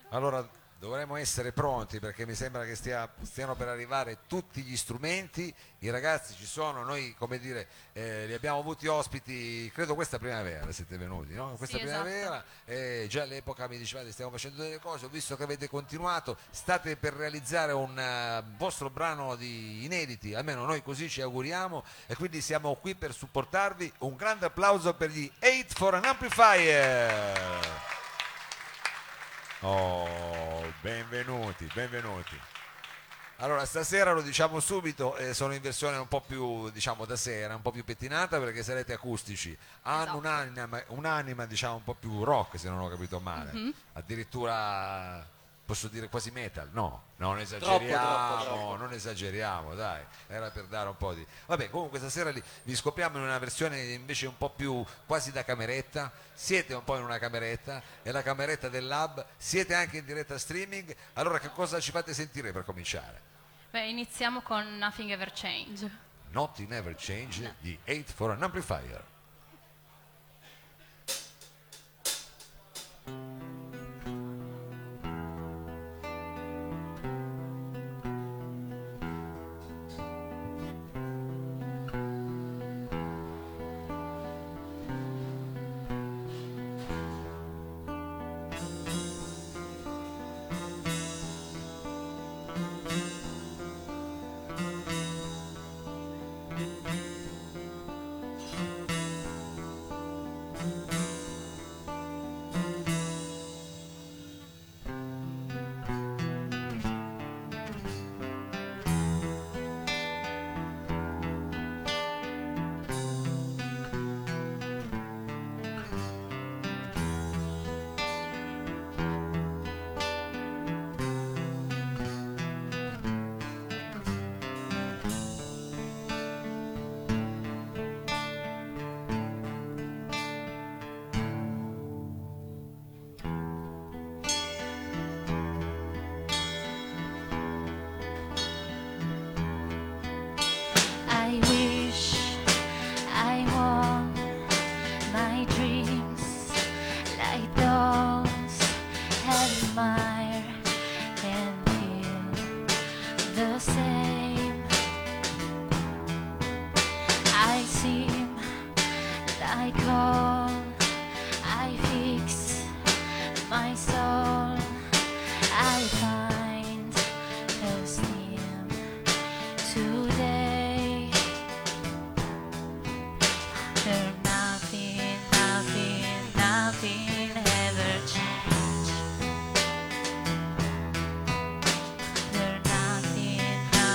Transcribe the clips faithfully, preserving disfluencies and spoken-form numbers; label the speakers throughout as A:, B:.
A: Allora dovremmo essere pronti perché mi sembra che stia- stiano per arrivare tutti gli strumenti, i ragazzi ci sono, noi come dire eh, li abbiamo avuti ospiti, credo questa primavera siete venuti, no? Questa
B: Sì, esatto.
A: primavera, eh, già all'epoca mi dicevate stiamo facendo delle cose, ho visto che avete continuato, state per realizzare un eh, vostro brano di inediti, almeno noi così ci auguriamo e quindi siamo qui per supportarvi, un grande applauso per gli Eight for an Amplifier! Oh, benvenuti, benvenuti. Allora, stasera lo diciamo subito, eh, sono in versione un po' più, diciamo, da sera, un po' più pettinata perché sarete acustici. Hanno
B: Esatto.
A: un'anima, un'anima, diciamo, un po' più rock, se non ho capito male.
B: Mhm.
A: Addirittura, posso dire quasi metal. No, non
C: Troppo, troppo,
A: esageriamo,
C: troppo.
A: non esageriamo, dai. Era per dare un po' di... Vabbè, comunque stasera li, vi scopriamo in una versione invece un po' più quasi da cameretta. Siete un po' in una cameretta, è la cameretta del lab, siete anche in diretta streaming. Allora che cosa ci fate sentire per cominciare?
B: Beh, iniziamo con Nothing Ever Change.
A: Nothing Never Change
B: No.
A: di Eight for an Amplifier.
D: I wish I won my dreams like those admire and feel the same. I seem like all I fix my soul. I find esteem today. There nothing, nothing, nothing ever changed. There nothing,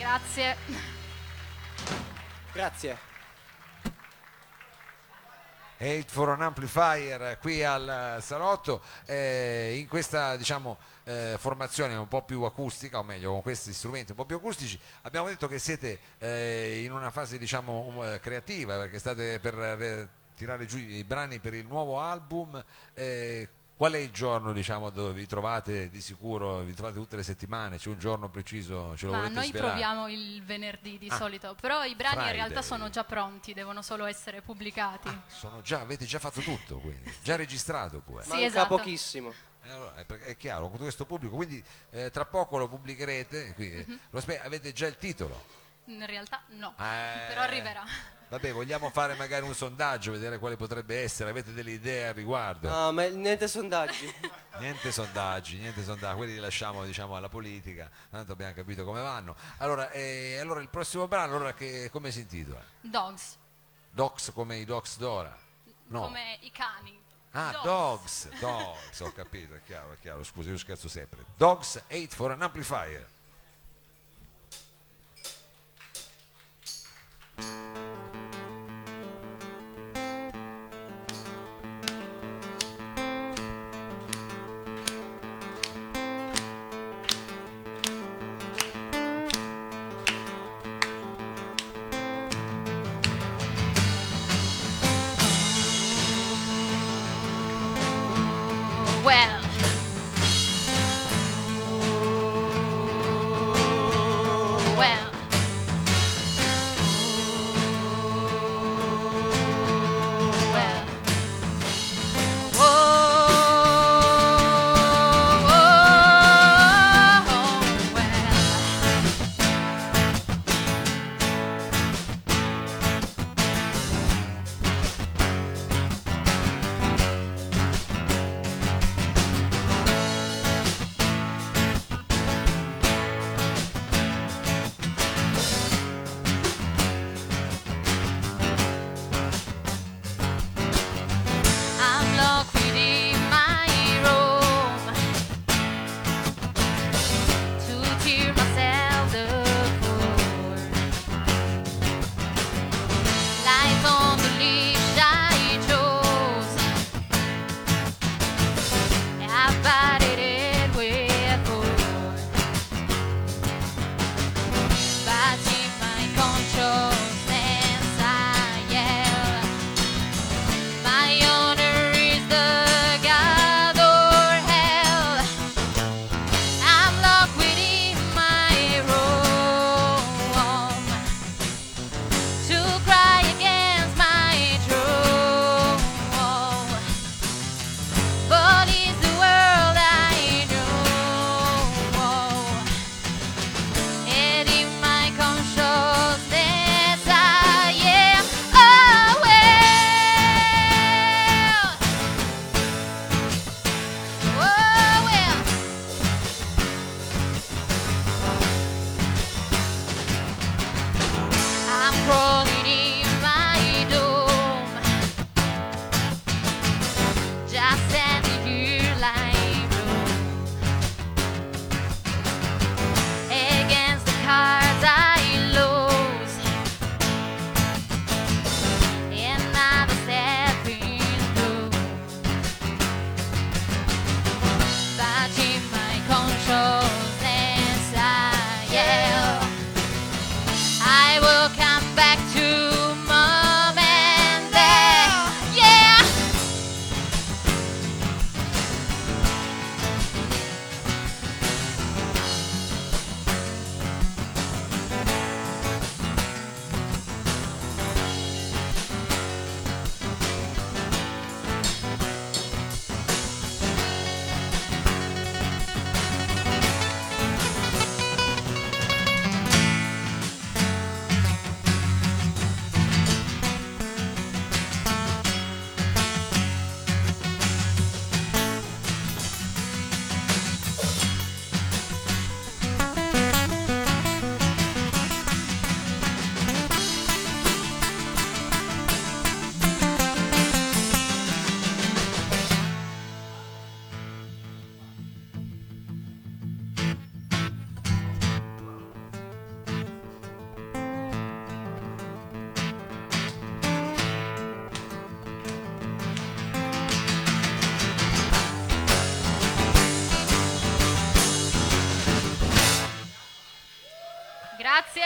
B: Grazie.
C: Grazie.
A: Hate for an Amplifier qui al salotto, eh, in questa diciamo eh, formazione un po' più acustica, o meglio con questi strumenti un po' più acustici. Abbiamo detto che siete eh, in una fase diciamo um, creativa, perché state per eh, tirare giù i brani per il nuovo album. eh, Qual è il giorno diciamo dove vi trovate? Di sicuro vi trovate tutte le settimane, c'è un giorno preciso, ce lo
B: Ma
A: volete
B: noi
A: svelare?
B: proviamo il venerdì di
A: Ah,
B: solito, però i brani
A: Friday.
B: in realtà sono già pronti, devono solo essere pubblicati.
A: Ah, sono già, avete già fatto tutto, quindi già registrato pure.
B: Sì,
C: Manca
B: esatto.
C: pochissimo.
A: Eh, allora, è, perché- è chiaro, con questo pubblico, quindi eh, tra poco lo pubblicherete, qui, eh, lo aspe- avete già il titolo.
B: In realtà no,
A: Eh,
B: però arriverà.
A: Vabbè, vogliamo fare magari un sondaggio, vedere quale potrebbe essere, avete delle idee al riguardo?
C: No, ma niente sondaggi.
A: Niente sondaggi, niente sondaggi, quelli li lasciamo diciamo alla politica, tanto abbiamo capito come vanno. Allora, eh, allora il prossimo brano, allora che, come si intitola?
B: Dogs,
A: Dogs come i Dogs d'ora? No.
B: come i cani.
A: Ah, Dogs, Dogs, ho capito, è chiaro, è chiaro, scusa, io scherzo sempre. Dogs, Hate for an Amplifier.
D: Well,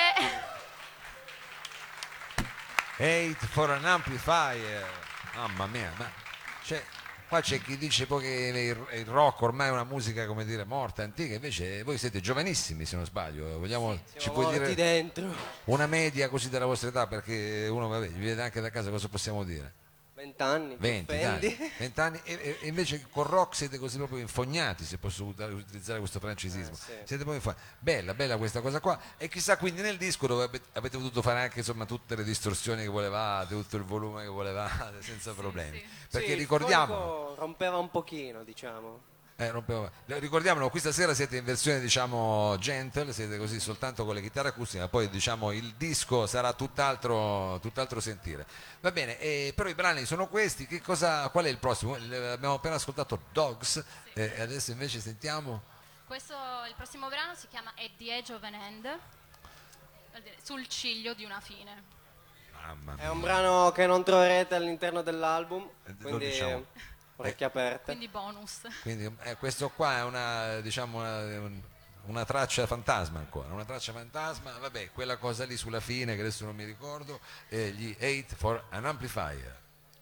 A: Hate for an Amplifier. Mamma mia, ma c'è, qua c'è chi dice poi che il, il rock ormai è una musica, come dire, morta, antica, invece voi siete giovanissimi se non sbaglio. Vogliamo, ci
C: Siamo
A: puoi
C: morti
A: dire
C: dentro.
A: una media così della vostra età, perché uno vabbè, vi vede anche da casa, cosa possiamo dire?
C: Vent'anni.
A: venti, dai, venti anni e, e invece con rock siete così proprio infognati, se posso ut- utilizzare questo francesismo.
C: Eh, sì.
A: Siete proprio infognati. Bella, bella questa cosa qua. E chissà, quindi nel disco dove avete, avete potuto fare anche insomma tutte le distorsioni che volevate, tutto il volume che volevate, senza problemi.
B: sì.
A: Perché
C: Sì, il
A: ricordiamo,
C: fonico rompeva un pochino, diciamo.
A: eh, rompeva- ricordiamolo, questa sera siete in versione diciamo gentle, siete così soltanto con le chitarre acustiche, ma poi diciamo il disco sarà tutt'altro, tutt'altro sentire. Va bene, eh, però i brani sono questi, che cosa, qual è il prossimo? Il- abbiamo appena ascoltato Dogs, eh, e adesso invece sentiamo...
B: Questo, il prossimo brano si chiama At the Edge of an End, vuol dire sul ciglio di una fine.
A: Mamma
C: È
A: mia.
C: un brano che non troverete all'interno dell'album,
A: Eh, lo
C: quindi
A: diciamo.
C: orecchie aperte.
B: Quindi bonus.
A: Quindi eh, questo qua è una, diciamo, una, un- una traccia fantasma ancora, una traccia fantasma, vabbè, quella cosa lì sulla fine che adesso non mi ricordo, eh, gli Hate for an Amplifier.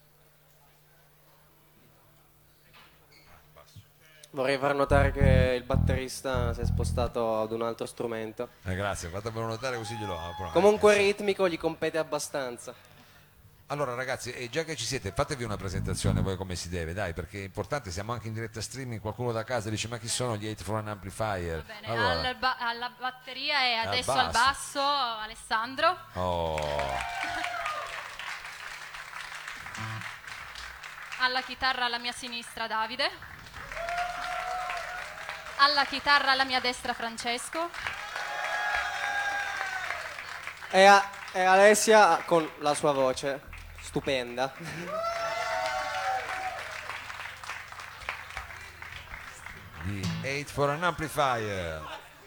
C: Vorrei far notare che il batterista si è spostato ad un altro strumento.
A: Eh, grazie, fatemelo notare così glielo apro.
C: Comunque
A: Eh, sì.
C: ritmico gli compete abbastanza.
A: Allora ragazzi, eh, già che ci siete, fatevi una presentazione voi come si deve, dai, perché è importante, siamo anche in diretta streaming, qualcuno da casa dice ma chi sono gli Hate for an Amplifier?
B: Va bene,
A: Allora,
B: al ba- alla batteria e
A: Al
B: adesso al
A: basso.
B: basso Alessandro.
A: oh,
B: Alla chitarra alla mia sinistra Davide. Alla chitarra alla mia destra Francesco.
C: E, a- e Alessia con la sua voce stupenda.
A: gli Hate for an Amplifier.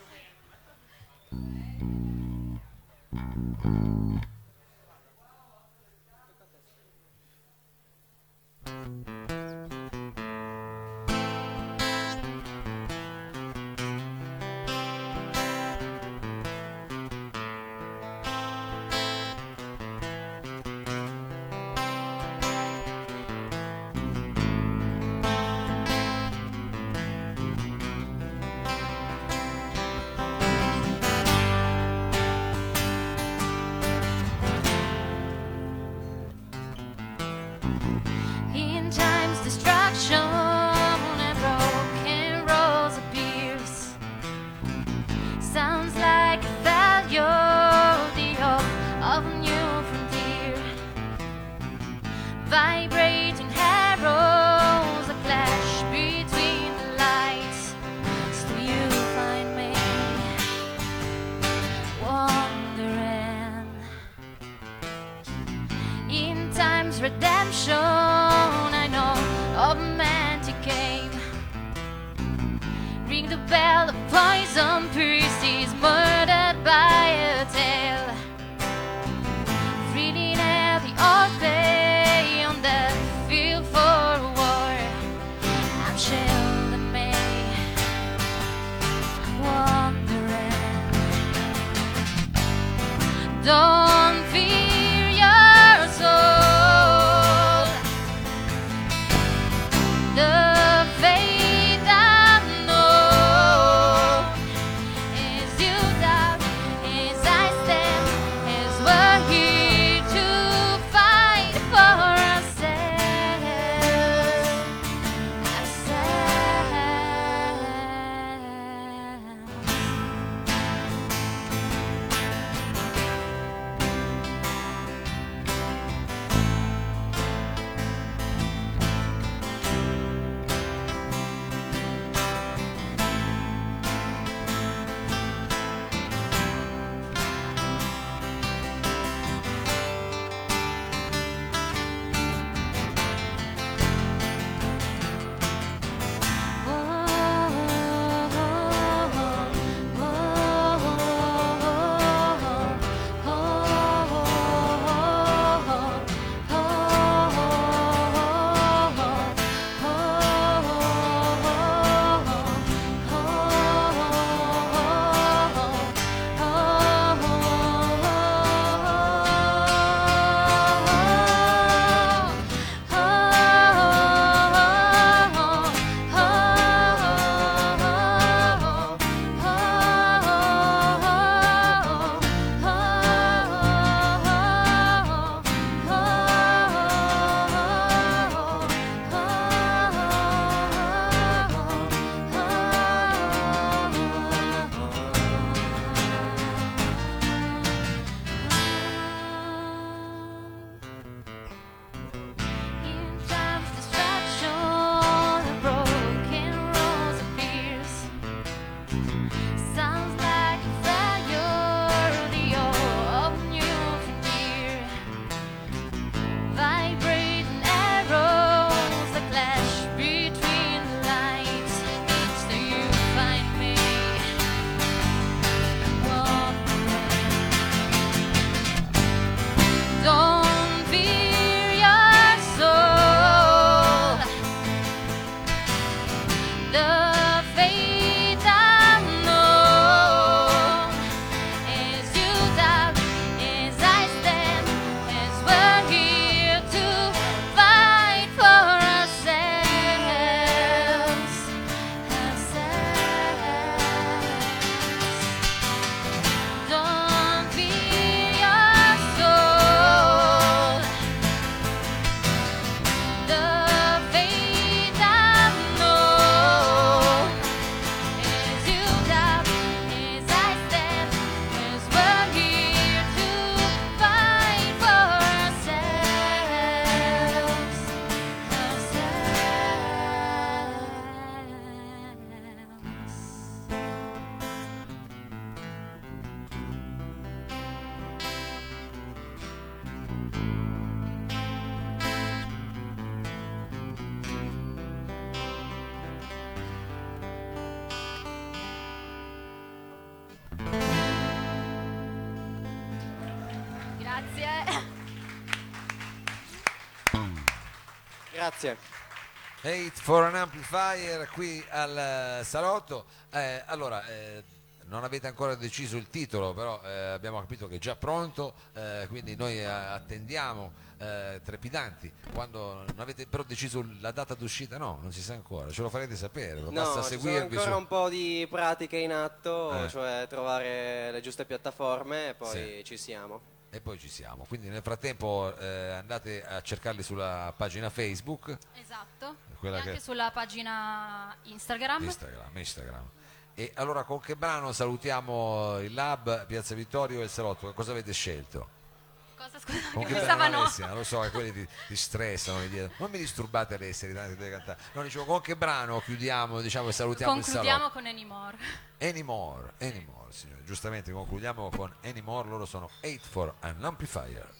D: In time's destruction and broken rolls appears. Sounds like a failure, the hope of a new frontier. Vibrating arrows, a clash between the lights. Still you find me wandering. In time's redemption, I know of a man to came. Ring the bell of poison, priest is murdered by a tale. Reading out the old day on the field for war. I'm shelled and may wandering. Don't fear your soul. The faith I know is you doubt as I stand, as we're here to fight for ourselves. Ourselves.
B: Grazie.
C: Grazie.
A: Hate for an Amplifier qui al eh, salotto. Eh, allora, eh, non avete ancora deciso il titolo, però eh, abbiamo capito che è già pronto, eh, quindi noi eh, attendiamo eh, trepidanti. Quando non avete però deciso la data d'uscita, no, non si sa ancora, ce lo farete sapere,
C: No,
A: basta
C: ci sono
A: seguirvi
C: ancora
A: su...
C: un po' di pratiche in atto,
A: Eh.
C: cioè trovare le giuste piattaforme e poi
A: Sì.
C: ci siamo.
A: E poi ci siamo, quindi nel frattempo eh, andate a cercarli sulla pagina Facebook,
B: Esatto.
A: Quella
B: e anche
A: che-
B: sulla pagina Instagram.
A: Instagram, Instagram. E allora con che brano salutiamo il Lab, Piazza Vittorio e il salotto? Cosa avete scelto?
B: Cosa scusa?
A: Con
B: Che
A: che
B: pensava
A: brano
B: no.
A: Alessia? Lo so che quelli ti, ti stressano, mi dicono, non mi disturbate Alessia, di tanto che deve cantare. No, dicevo con che brano chiudiamo, diciamo, e salutiamo il
B: Concludiamo
A: salotto?
B: con Anymore.
A: Anymore, Anymore, signore. Giustamente concludiamo con Anymore, loro sono Hate for an Amplifier.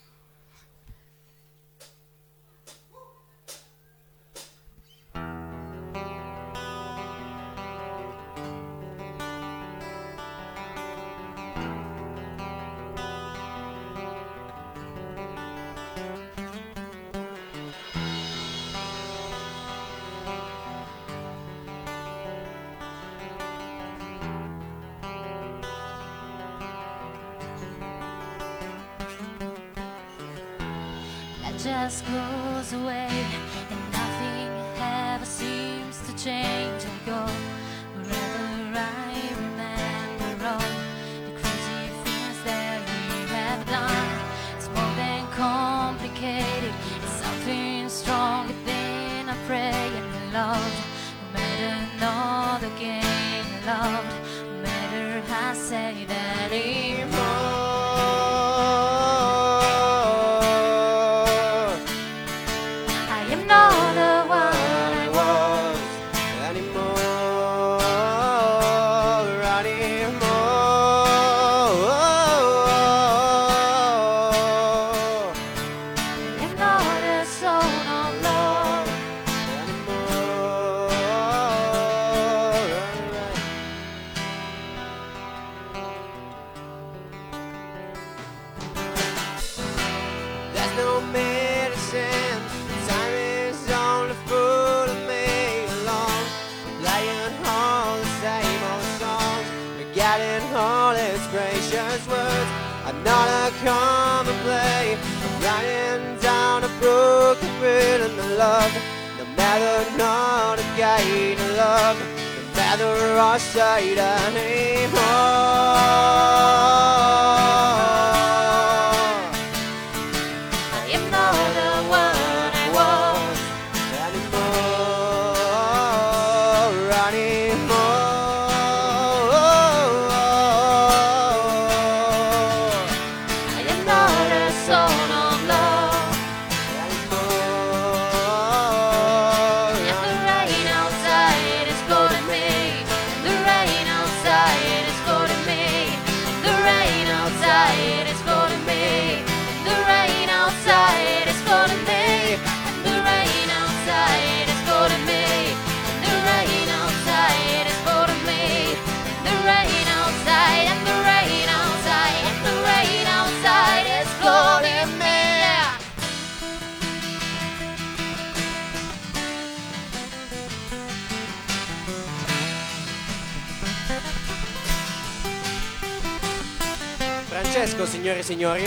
D: That just goes away and nothing ever seems to change. I go wherever I remember all the crazy things that we have done. It's more than complicated, it's something stronger than I pray and loved. No matter another game loved, no matter how I say that anymore. I am not the one I was.
C: Anymore, anymore,
D: I am not a son of love.
C: There's no medicine. Time is only fooling me along, playing all the same old songs, forgetting all its gracious words. I'm not a common play. I'm writing down a broken rhythm of love. No matter not a gate of love, no matter I say anymore.
D: I am not the one I was.
C: Anymore, anymore,
D: I am not a son of love. And the rain outside is calling me. The rain outside is calling me. The rain outside is calling me. The rain outside is calling me. The rain outside is calling me. The rain outside is calling me. The rain outside and the rain outside and the rain outside is calling me.
C: Francesco, signore e signori.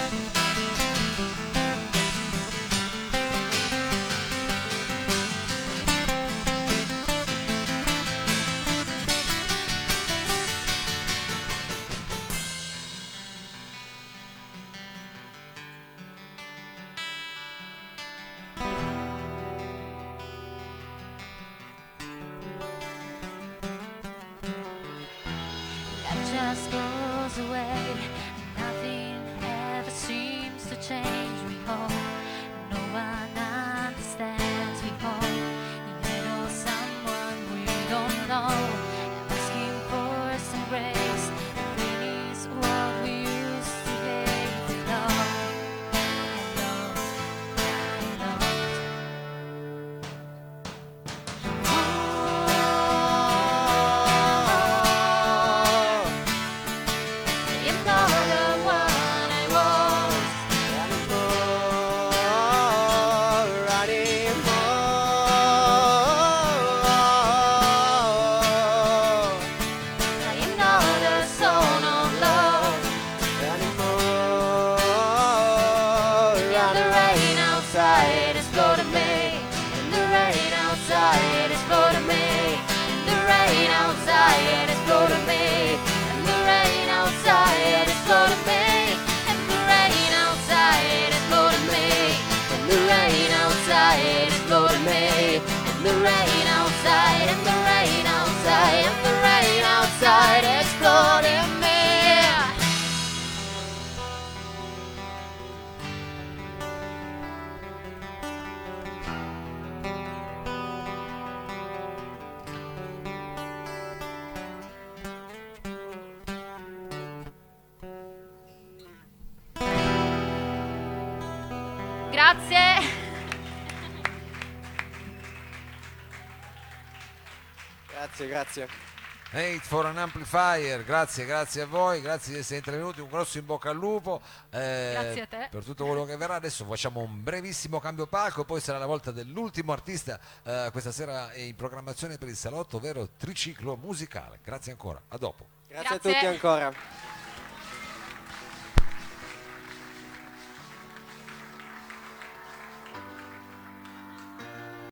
D: That just goes away. Nothing ever seems to change. We hope no one understands. We hope in little someone we don't know. Asking for some grace. It is what we used to hate. Love and love and love. I am not
B: Grazie.
C: Grazie, grazie.
A: Hate for an Amplifier, grazie, grazie a voi, grazie di essere intervenuti, un grosso in bocca al lupo eh,
B: Grazie a te.
A: per tutto quello che verrà. Adesso facciamo un brevissimo cambio palco, poi sarà la volta dell'ultimo artista eh, questa sera in programmazione per il salotto, ovvero Triciclo Musicale. Grazie ancora, a dopo.
C: Grazie,
B: Grazie.
C: a tutti ancora.